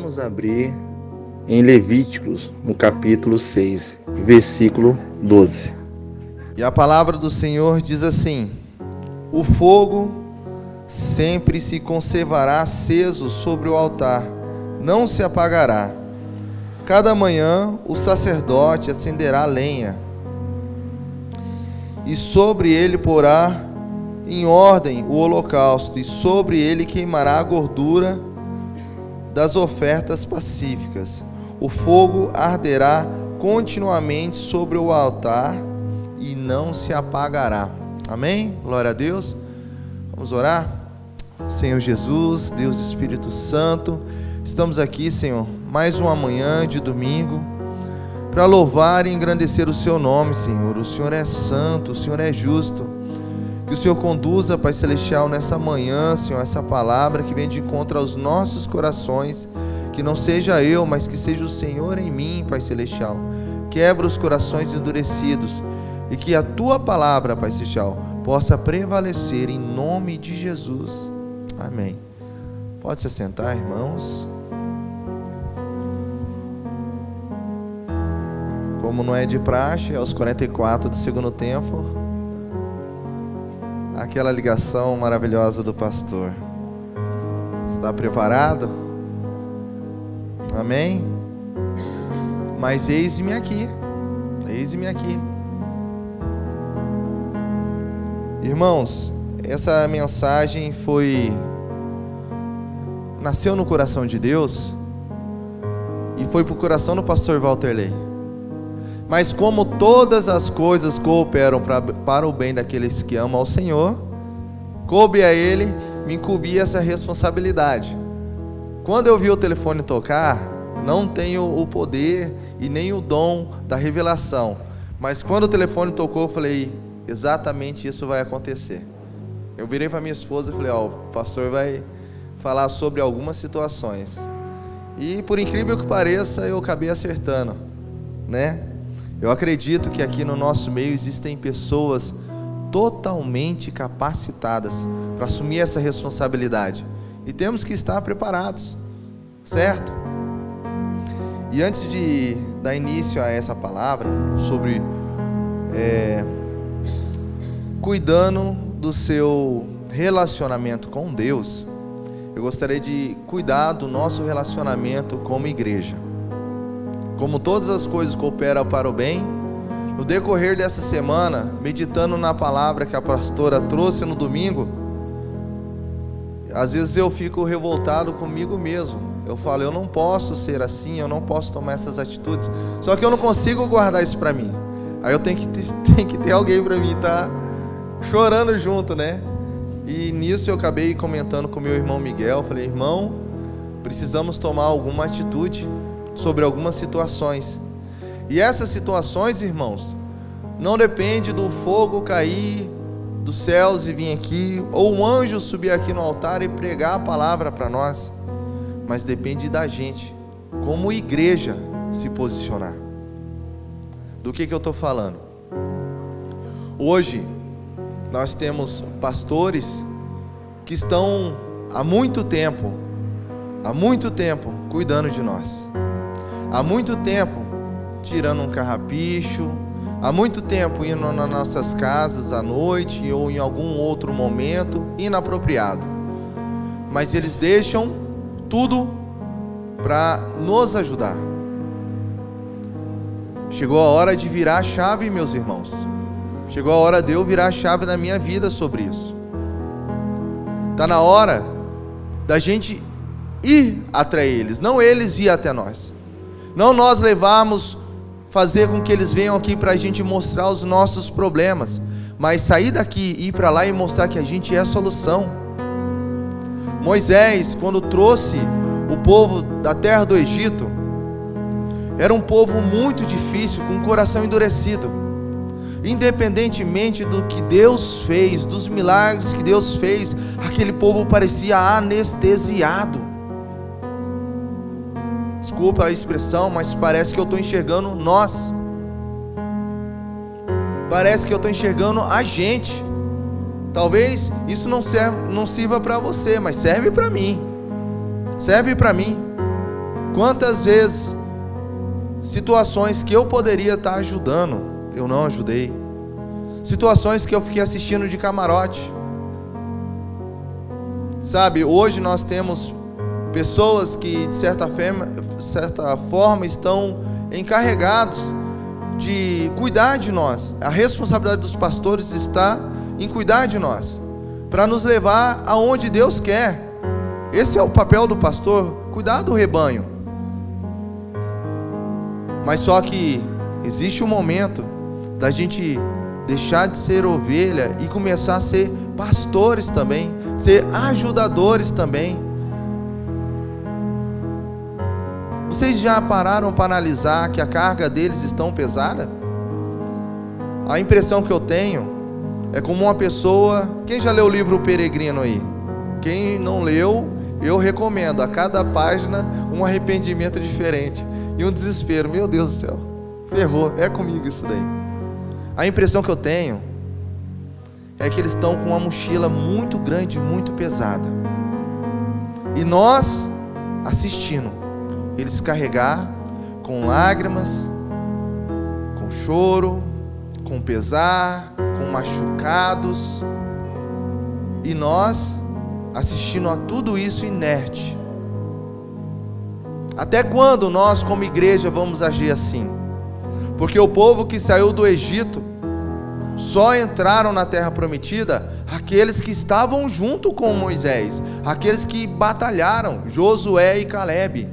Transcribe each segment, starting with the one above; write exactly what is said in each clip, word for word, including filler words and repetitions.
Vamos abrir em Levíticos, no capítulo seis, versículo doze. E a palavra do Senhor diz assim: o fogo sempre se conservará aceso sobre o altar, não se apagará. Cada manhã o sacerdote acenderá lenha, e sobre ele porá em ordem o holocausto, e sobre ele queimará a gordura das ofertas pacíficas. O fogo arderá continuamente sobre o altar e não se apagará. Amém? Glória a Deus. Vamos orar? Senhor Jesus, Deus Espírito Santo, estamos aqui, Senhor, mais uma manhã de domingo, para louvar e engrandecer o Seu nome, Senhor. O Senhor é santo, o Senhor é justo. Que o Senhor conduza, Pai Celestial, nessa manhã, Senhor, essa palavra que vem de encontro aos nossos corações. Que não seja eu, mas que seja o Senhor em mim, Pai Celestial. Quebra os corações endurecidos e que a Tua palavra, Pai Celestial, possa prevalecer em nome de Jesus. Amém. Pode se sentar, irmãos. Como não é de praxe, aos quarenta e quatro do segundo tempo, aquela ligação maravilhosa do pastor. Está preparado? Amém? Mas eis-me aqui. Eis-me aqui. Irmãos, essa mensagem foi... nasceu no coração de Deus e foi para o coração do pastor Walterley. Mas como todas as coisas cooperam pra, para o bem daqueles que amam ao Senhor, coube a ele me incumbir essa responsabilidade. Quando eu vi o telefone tocar, não tenho o poder e nem o dom da revelação, mas quando o telefone tocou, eu falei, exatamente isso vai acontecer. Eu virei para minha esposa e falei, ó, o pastor vai falar sobre algumas situações. E por incrível que pareça, eu acabei acertando, né? Eu acredito que aqui no nosso meio existem pessoas totalmente capacitadas para assumir essa responsabilidade. E temos que estar preparados, certo? E antes de dar início a essa palavra sobre é, cuidando do seu relacionamento com Deus, eu gostaria de cuidar do nosso relacionamento como igreja. Como todas as coisas cooperam para o bem, no decorrer dessa semana, meditando na palavra que a pastora trouxe no domingo, às vezes eu fico revoltado comigo mesmo. Eu falo, eu não posso ser assim, eu não posso tomar essas atitudes. Só que eu não consigo guardar isso para mim. Aí eu tenho que ter, tenho que ter alguém para mim estar chorando junto, né? E nisso eu acabei comentando com meu irmão Miguel. Falei, irmão, precisamos tomar alguma atitude sobre algumas situações. E essas situações, irmãos, não depende do fogo cair dos céus e vir aqui, ou um anjo subir aqui no altar e pregar a palavra para nós, mas depende da gente, como igreja, se posicionar. Do que que eu estou falando? Hoje, nós temos pastores que estão há muito tempo, há muito tempo, cuidando de nós. Há muito tempo, tirando um carrapicho, há muito tempo indo nas nossas casas à noite ou em algum outro momento inapropriado. Mas eles deixam tudo para nos ajudar. Chegou a hora de virar a chave, meus irmãos. Chegou a hora de eu virar a chave na minha vida sobre isso. Está na hora da gente ir até eles, não eles ir até nós. Não nós levarmos, fazer com que eles venham aqui para a gente mostrar os nossos problemas, mas sair daqui, ir para lá e mostrar que a gente é a solução. Moisés, quando trouxe o povo da terra do Egito, era um povo muito difícil, com o coração endurecido. Independentemente do que Deus fez, dos milagres que Deus fez, aquele povo parecia anestesiado. Desculpa a expressão, mas parece que eu estou enxergando nós. Parece que eu estou enxergando a gente. Talvez isso não, serve, não sirva para você, mas serve para mim. Serve para mim. Quantas vezes situações que eu poderia estar ajudando, eu não ajudei. Situações que eu fiquei assistindo de camarote. Sabe, hoje nós temos pessoas que de certa forma, certa forma estão encarregados de cuidar de nós. A responsabilidade dos pastores está em cuidar de nós, para nos levar aonde Deus quer. Esse é o papel do pastor, cuidar do rebanho. Mas só que existe um momento da gente deixar de ser ovelha e começar a ser pastores também, ser ajudadores também. Vocês já pararam para analisar que a carga deles está pesada? A impressão que eu tenho é como uma pessoa... Quem já leu o livro O Peregrino aí? Quem não leu, eu recomendo. A cada página um arrependimento diferente e um desespero. Meu Deus do céu, ferrou, é comigo isso daí. A impressão que eu tenho é que eles estão com uma mochila muito grande, muito pesada, e nós assistindo eles carregar com lágrimas, com choro, com pesar, com machucados, e nós assistindo a tudo isso inerte. Até quando nós como igreja vamos agir assim? Porque o povo que saiu do Egito só entraram na terra prometida aqueles que estavam junto com Moisés, aqueles que batalharam, Josué e Calebe.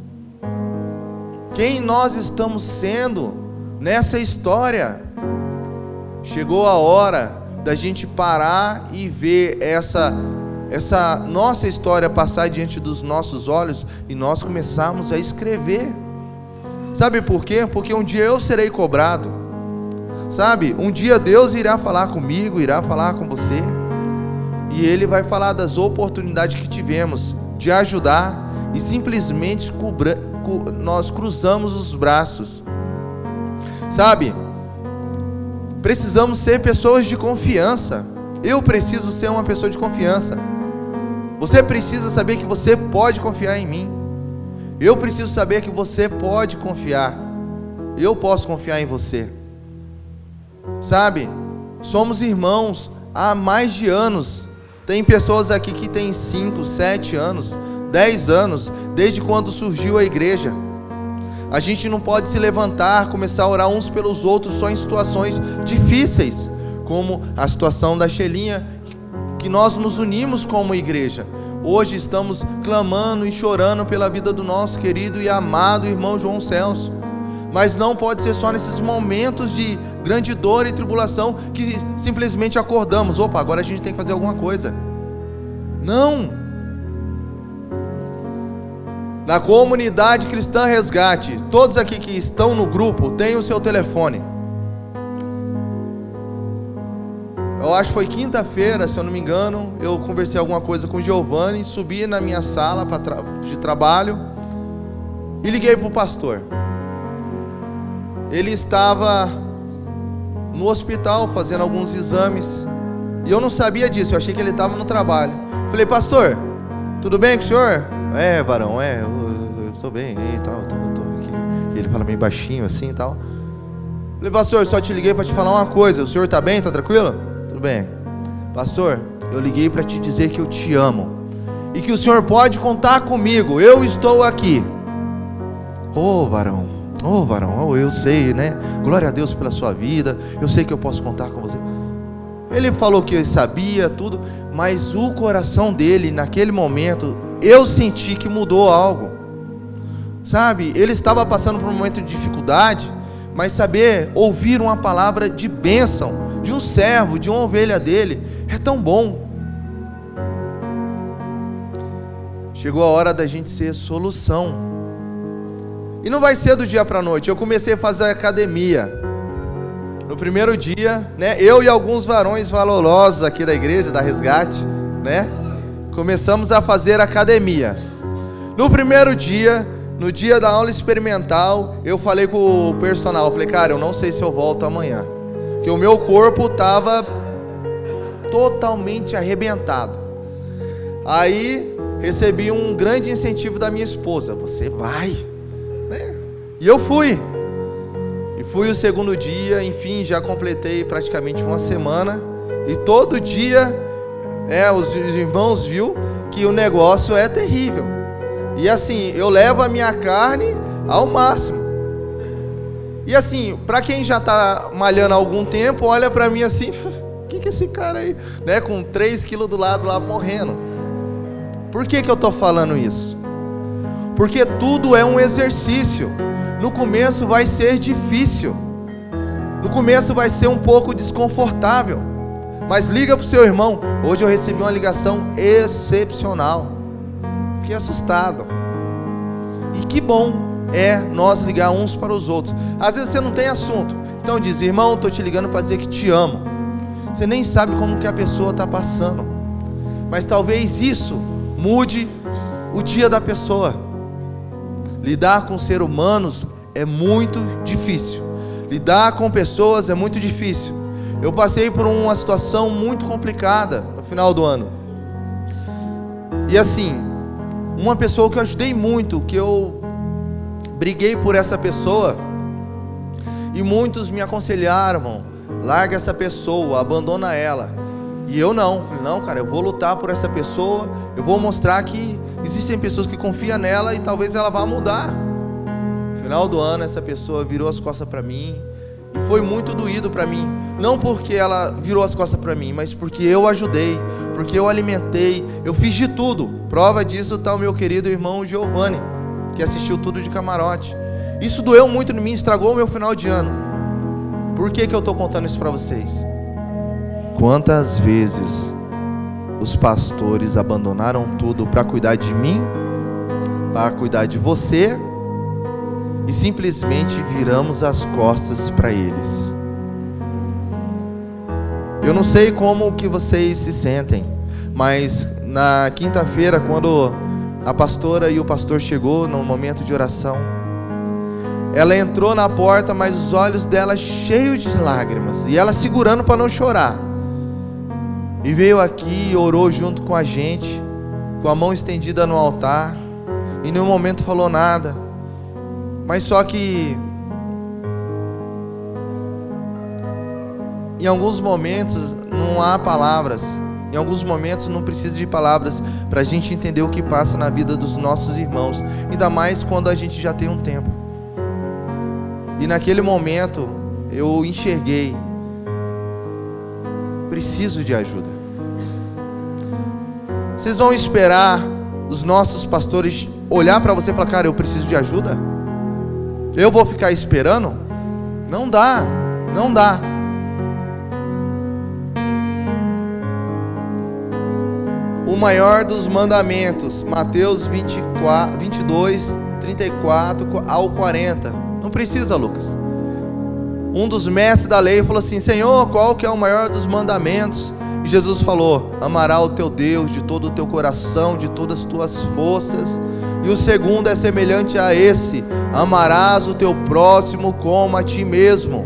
Quem nós estamos sendo nessa história? Chegou a hora da gente parar e ver essa, essa nossa história passar diante dos nossos olhos e nós começarmos a escrever. Sabe por quê? Porque um dia eu serei cobrado. Sabe, um dia Deus irá falar comigo, irá falar com você, e Ele vai falar das oportunidades que tivemos de ajudar, e simplesmente cubra, cu, nós cruzamos os braços. Sabe, precisamos ser pessoas de confiança. Eu preciso ser uma pessoa de confiança. Você precisa saber que você pode confiar em mim. Eu preciso saber que você pode confiar. Eu posso confiar em você. Sabe, somos irmãos há mais de anos. Tem pessoas aqui que têm cinco, sete anos, dez anos, desde quando surgiu a igreja. A gente não pode se levantar, começar a orar uns pelos outros só em situações difíceis, como a situação da Xelinha, que nós nos unimos como igreja. Hoje estamos clamando e chorando pela vida do nosso querido e amado irmão João Celso. Mas não pode ser só nesses momentos de grande dor e tribulação que simplesmente acordamos, opa, agora a gente tem que fazer alguma coisa. Não. Na comunidade Cristã Resgate, todos aqui que estão no grupo têm o seu telefone. Eu acho que foi quinta-feira, se eu não me engano, eu conversei alguma coisa com o Giovanni, subi na minha sala de trabalho e liguei para o pastor. Ele estava no hospital fazendo alguns exames e eu não sabia disso, eu achei que ele estava no trabalho. Falei, pastor, tudo bem com o senhor? É, varão, é, eu estou bem e tal, tô, tô aqui. E ele fala meio baixinho assim e tal. Falei, pastor, só te liguei para te falar uma coisa, o senhor está bem, está tranquilo? Tudo bem. Pastor, eu liguei para te dizer que eu te amo e que o senhor pode contar comigo, eu estou aqui. Ô, varão. Ô oh, varão, oh, eu sei, né? Glória a Deus pela sua vida. Eu sei que eu posso contar com você. Ele falou que eu sabia tudo, mas o coração dele, naquele momento, eu senti que mudou algo. Sabe, ele estava passando por um momento de dificuldade, mas saber ouvir uma palavra de bênção, de um servo, de uma ovelha dele, é tão bom. Chegou a hora da gente ser solução. E não vai ser do dia para a noite. Eu comecei a fazer academia. No primeiro dia, né, eu e alguns varões valorosos aqui da igreja, da Resgate, né, começamos a fazer academia. No primeiro dia, no dia da aula experimental, eu falei com o personal, eu falei, cara, eu não sei se eu volto amanhã, porque o meu corpo estava totalmente arrebentado. Aí recebi um grande incentivo da minha esposa: você vai, né? E eu fui. E fui o segundo dia, enfim, já completei praticamente uma semana. E todo dia, é, os, os irmãos viu que o negócio é terrível. E assim, eu levo a minha carne ao máximo. E assim, para quem já está malhando há algum tempo, olha para mim assim: o que, que é esse cara aí, né, com três quilos do lado lá morrendo? Por que que eu estou falando isso? Porque tudo é um exercício. No começo vai ser difícil. No começo vai ser um pouco desconfortável. Mas liga para o seu irmão: hoje eu recebi uma ligação excepcional. Fiquei assustado. E que bom é nós ligar uns para os outros. Às vezes você não tem assunto, então diz: irmão, estou te ligando para dizer que te amo. Você nem sabe como que a pessoa está passando, mas talvez isso mude o dia da pessoa. Lidar com seres humanos é muito difícil. Lidar com pessoas é muito difícil. Eu passei por uma situação muito complicada no final do ano. E assim, uma pessoa que eu ajudei muito, que eu briguei por essa pessoa, e muitos me aconselharam: larga essa pessoa, abandona ela. E eu não, falei: não, cara, eu vou lutar por essa pessoa, eu vou mostrar que existem pessoas que confiam nela e talvez ela vá mudar. No final do ano, essa pessoa virou as costas para mim, e foi muito doído para mim. Não porque ela virou as costas para mim, mas porque eu ajudei, porque eu alimentei, eu fiz de tudo. Prova disso está o meu querido irmão Giovanni, que assistiu tudo de camarote. Isso doeu muito em mim, estragou o meu final de ano. Por que que eu estou contando isso para vocês? Quantas vezes os pastores abandonaram tudo para cuidar de mim, para cuidar de você, e simplesmente viramos as costas para eles. Eu não sei como que vocês se sentem, mas na quinta-feira, quando a pastora e o pastor chegou no momento de oração, ela entrou na porta, mas os olhos dela cheios de lágrimas, e ela segurando para não chorar. E veio aqui e orou junto com a gente, com a mão estendida no altar, e em nenhum momento falou nada. Mas só que em alguns momentos não há palavras, em alguns momentos não precisa de palavras para a gente entender o que passa na vida dos nossos irmãos, ainda mais quando a gente já tem um tempo. E naquele momento eu enxerguei: preciso de ajuda. Vocês vão esperar os nossos pastores olhar para você e falar: cara, eu preciso de ajuda? Eu vou ficar esperando? Não dá, não dá. O maior dos mandamentos, Mateus vinte e quatro, vinte e dois, trinta e quatro ao quarenta. Não precisa, Lucas. Um dos mestres da lei falou assim: Senhor, qual que é o maior dos mandamentos? E Jesus falou: amará o teu Deus de todo o teu coração, de todas as tuas forças. E o segundo é semelhante a esse: amarás o teu próximo como a ti mesmo.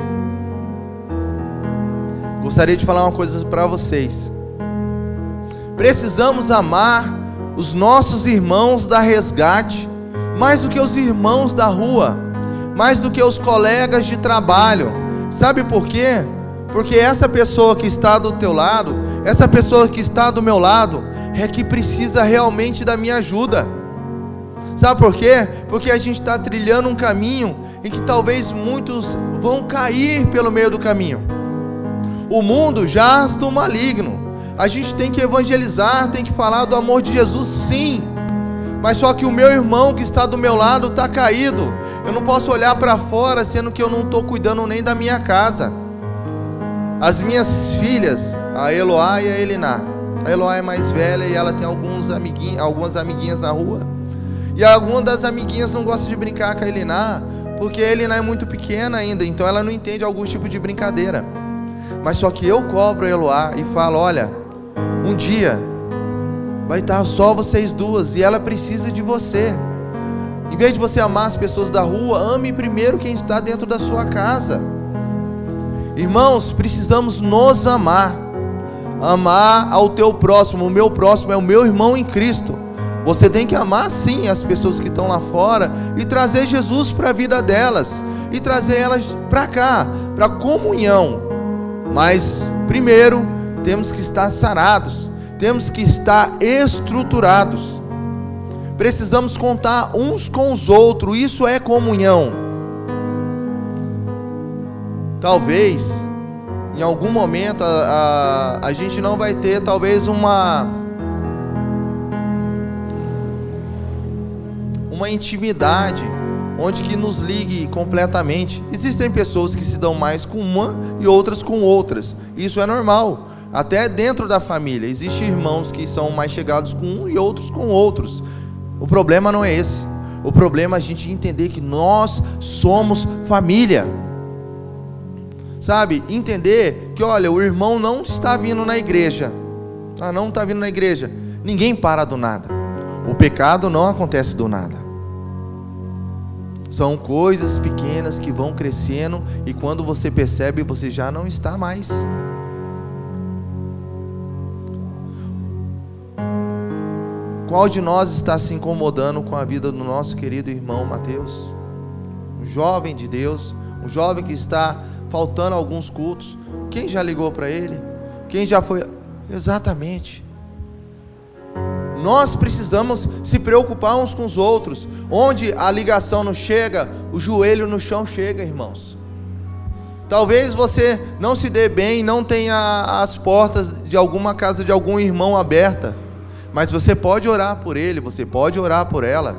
Gostaria de falar uma coisa para vocês. Precisamos amar os nossos irmãos da Resgate mais do que os irmãos da rua, mais do que os colegas de trabalho. Sabe por quê? Porque essa pessoa que está do teu lado, essa pessoa que está do meu lado, é que precisa realmente da minha ajuda. Sabe por quê? Porque a gente está trilhando um caminho em que talvez muitos vão cair pelo meio do caminho. O mundo jaz do maligno. A gente tem que evangelizar, tem que falar do amor de Jesus, sim. Mas só que o meu irmão que está do meu lado está caído. Eu não posso olhar para fora, sendo que eu não estou cuidando nem da minha casa. As minhas filhas, a Eloá e a Eliná. A Eloá é mais velha e ela tem alguns amiguinhos, algumas amiguinhas na rua. E alguma das amiguinhas não gosta de brincar com a Eliná, porque a Eliná é muito pequena ainda, então ela não entende algum tipo de brincadeira. Mas só que eu cobro a Eloá e falo: olha, um dia vai estar só vocês duas e ela precisa de você. Em vez de você amar as pessoas da rua, ame primeiro quem está dentro da sua casa. Irmãos, precisamos nos amar. Amar ao teu próximo. O meu próximo é o meu irmão em Cristo. Você tem que amar sim as pessoas que estão lá fora e trazer Jesus para a vida delas e trazer elas para cá, para a comunhão. Mas primeiro temos que estar sarados, temos que estar estruturados. Precisamos contar uns com os outros, isso é comunhão. Talvez em algum momento a, a, a gente não vai ter talvez uma uma intimidade onde que nos ligue completamente. Existem pessoas que se dão mais com uma e outras com outras, isso é normal. Até dentro da família existem irmãos que são mais chegados com um e outros com outros. O problema não é esse. O problema é a gente entender que nós somos família. Sabe, entender que, olha, o irmão não está vindo na igreja. Ah, não está vindo na igreja. Ninguém para do nada. O pecado não acontece do nada. São coisas pequenas que vão crescendo e quando você percebe, você já não está mais. Qual de nós está se incomodando com a vida do nosso querido irmão Mateus? Um jovem de Deus, um jovem que está faltando alguns cultos. Quem já ligou para ele? Quem já foi? Exatamente. Nós precisamos se preocupar uns com os outros. Onde a ligação não chega, o joelho no chão chega, irmãos. Talvez você não se dê bem, não tenha as portas de alguma casa de algum irmão aberta, mas você pode orar por ele, você pode orar por ela.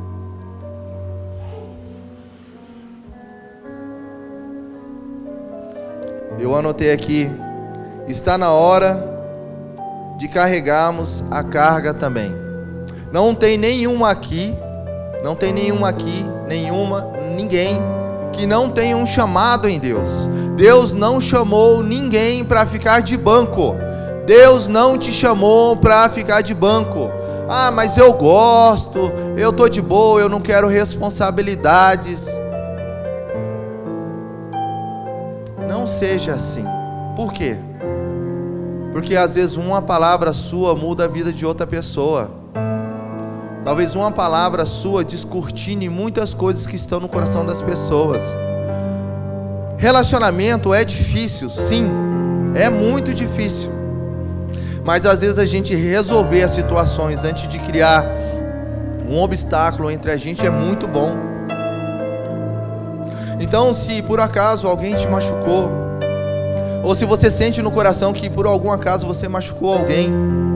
Eu anotei aqui, está na hora de carregarmos a carga também. Não tem nenhuma aqui, não tem nenhuma aqui, nenhuma, ninguém que não tenha um chamado em Deus. Deus não chamou ninguém para ficar de banco. Deus não te chamou para ficar de banco. Ah, mas eu gosto, eu estou de boa, eu não quero responsabilidades. Não seja assim. Por quê? Porque às vezes uma palavra sua muda a vida de outra pessoa. Talvez uma palavra sua descortine muitas coisas que estão no coração das pessoas. Relacionamento é difícil, sim, é muito difícil. Mas às vezes a gente resolver as situações antes de criar um obstáculo entre a gente é muito bom. Então, se por acaso alguém te machucou, ou se você sente no coração que por algum acaso você machucou alguém,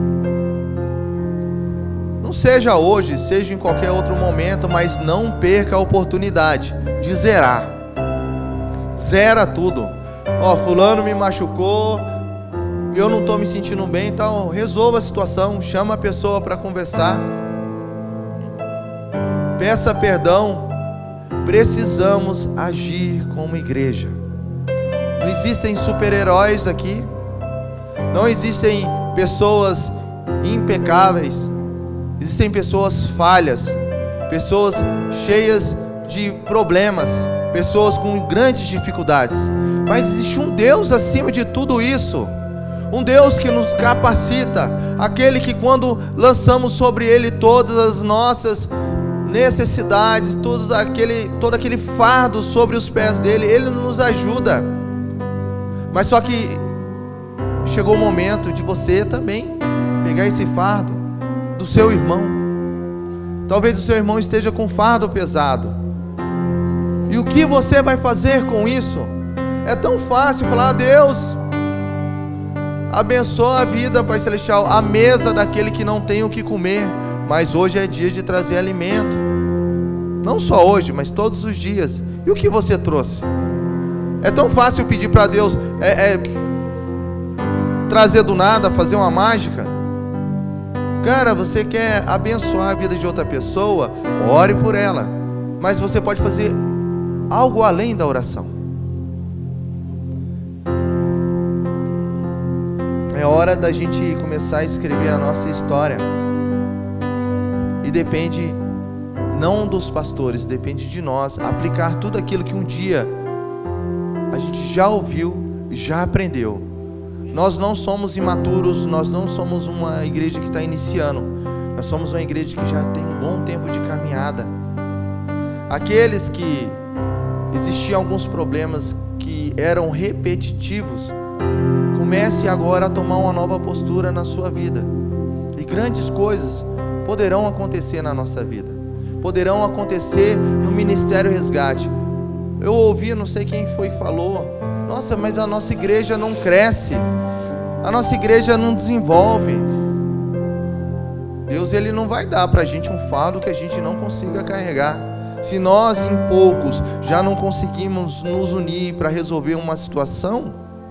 não seja hoje, seja em qualquer outro momento, mas não perca a oportunidade de zerar. Zera tudo. Ó, fulano me machucou, eu não estou me sentindo bem, então resolva a situação, chama a pessoa para conversar, peça perdão. Precisamos agir como igreja. Não existem super-heróis aqui, não existem pessoas impecáveis, existem pessoas falhas, pessoas cheias de problemas, pessoas com grandes dificuldades, mas existe um Deus acima de tudo isso, um Deus que nos capacita, aquele que quando lançamos sobre Ele todas as nossas necessidades, todos aquele, todo aquele fardo sobre os pés dele, Ele nos ajuda. Mas só que chegou o momento de você também pegar esse fardo do seu irmão. Talvez o seu irmão esteja com fardo pesado. E o que você vai fazer com isso? É tão fácil falar: Deus, abençoa a vida, Pai Celestial, a mesa daquele que não tem o que comer. Mas hoje é dia de trazer alimento. Não só hoje, mas todos os dias. E o que você trouxe? É tão fácil pedir para Deus é, é, trazer do nada, fazer uma mágica. Cara, você quer abençoar a vida de outra pessoa? Ore por ela. Mas você pode fazer algo além da oração. É hora da gente começar a escrever a nossa história. E depende não dos pastores, depende de nós aplicar tudo aquilo que um dia a gente já ouviu, já aprendeu. Nós não somos imaturos, nós não somos uma igreja que está iniciando. Nós somos uma igreja que já tem um bom tempo de caminhada. Aqueles que existiam alguns problemas que eram repetitivos, comece agora a tomar uma nova postura na sua vida. E grandes coisas poderão acontecer na nossa vida. Poderão acontecer no Ministério Resgate. Eu ouvi, não sei quem foi que falou, nossa, mas a nossa igreja não cresce, a nossa igreja não desenvolve. Deus, Ele não vai dar para a gente um fardo que a gente não consiga carregar. Se nós em poucos já não conseguimos nos unir para resolver uma situação,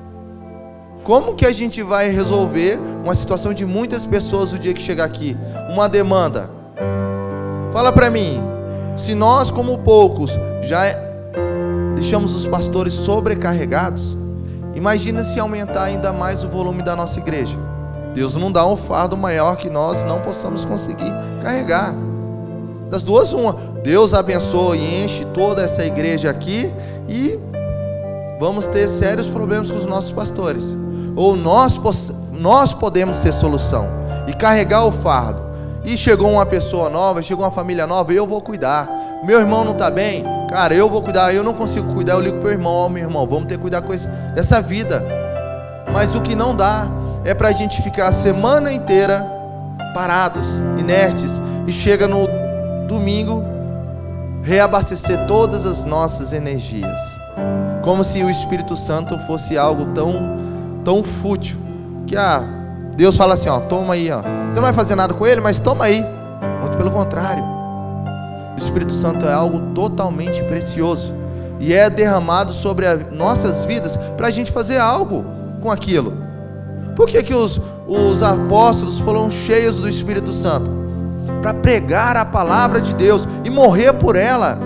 como que a gente vai resolver uma situação de muitas pessoas o dia que chegar aqui? Uma demanda. Fala para mim, se nós como poucos já deixamos os pastores sobrecarregados, imagina se aumentar ainda mais o volume da nossa igreja. Deus não dá um fardo maior que nós não possamos conseguir carregar. Das duas, uma. Deus abençoa e enche toda essa igreja aqui e vamos ter sérios problemas com os nossos pastores. Ou nós, nós podemos ser solução e carregar o fardo. E chegou uma pessoa nova, chegou uma família nova, eu vou cuidar. Meu irmão não está bem, cara, eu vou cuidar. Eu não consigo cuidar, eu ligo para o irmão, ó, meu irmão, vamos ter que cuidar com isso, dessa vida. Mas o que não dá é para a gente ficar a semana inteira parados, inertes, e chega no domingo reabastecer todas as nossas energias, como se o Espírito Santo fosse algo tão, tão fútil, que ah, Deus fala assim, ó, toma aí, ó. Você não vai fazer nada com ele, mas toma aí. Muito pelo contrário, o Espírito Santo é algo totalmente precioso e é derramado sobre as nossas vidas para a gente fazer algo com aquilo. Por que que os, os apóstolos foram cheios do Espírito Santo? Para pregar a palavra de Deus e morrer por ela.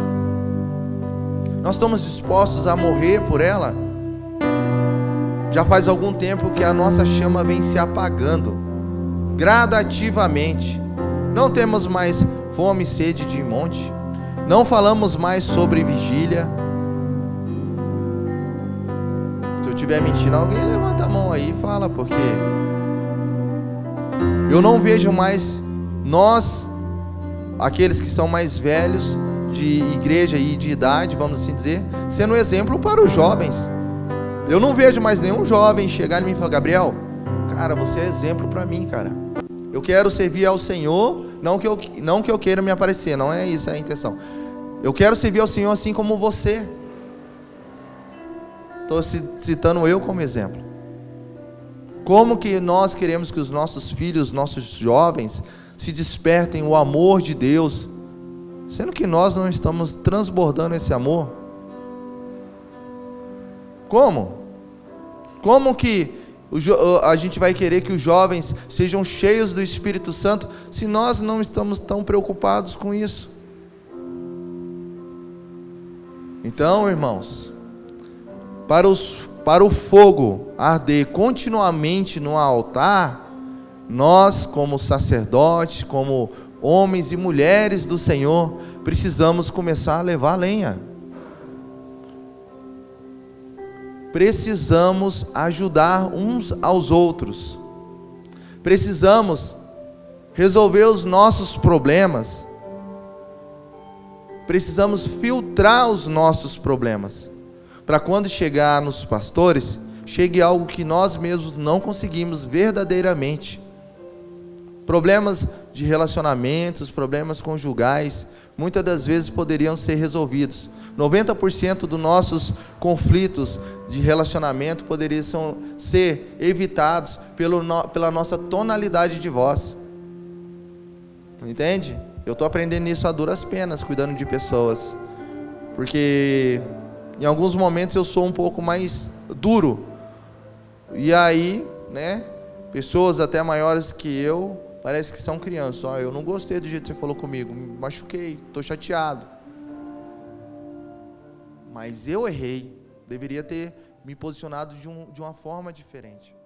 Nós estamos dispostos a morrer por ela? Já faz algum tempo que a nossa chama vem se apagando gradativamente. Não temos mais fome e sede de monte. Não falamos mais sobre vigília. Se eu estiver mentindo, alguém levanta a mão aí e fala, porque eu não vejo mais nós, aqueles que são mais velhos de igreja e de idade, vamos assim dizer, sendo um exemplo para os jovens. Eu não vejo mais nenhum jovem chegar em mim e falar, Gabriel, cara, você é exemplo para mim, cara. Eu quero servir ao Senhor, não que eu, não que eu queira me aparecer, não é isso a intenção. Eu quero servir ao Senhor assim como você. Estou citando eu como exemplo. Como que nós queremos que os nossos filhos, nossos jovens, se despertem o amor de Deus, sendo que nós não estamos transbordando esse amor? Como? Como que a gente vai querer que os jovens sejam cheios do Espírito Santo, se nós não estamos tão preocupados com isso? Então, irmãos, para, os, para o fogo arder continuamente no altar, nós, como sacerdotes, como homens e mulheres do Senhor, precisamos começar a levar lenha. Precisamos ajudar uns aos outros. Precisamos resolver os nossos problemas. Precisamos filtrar os nossos problemas, para quando chegar nos pastores, chegue algo que nós mesmos não conseguimos verdadeiramente. Problemas de relacionamentos, problemas conjugais, muitas das vezes poderiam ser resolvidos. noventa por cento dos nossos conflitos de relacionamento poderiam ser evitados pelo, pela nossa tonalidade de voz. Entende? Eu estou aprendendo isso a duras penas, cuidando de pessoas. Porque em alguns momentos eu sou um pouco mais duro. E aí, né, pessoas até maiores que eu, parece que são crianças. Ó, eu não gostei do jeito que você falou comigo, me machuquei, estou chateado. Mas eu errei, deveria ter me posicionado de, um, de uma forma diferente.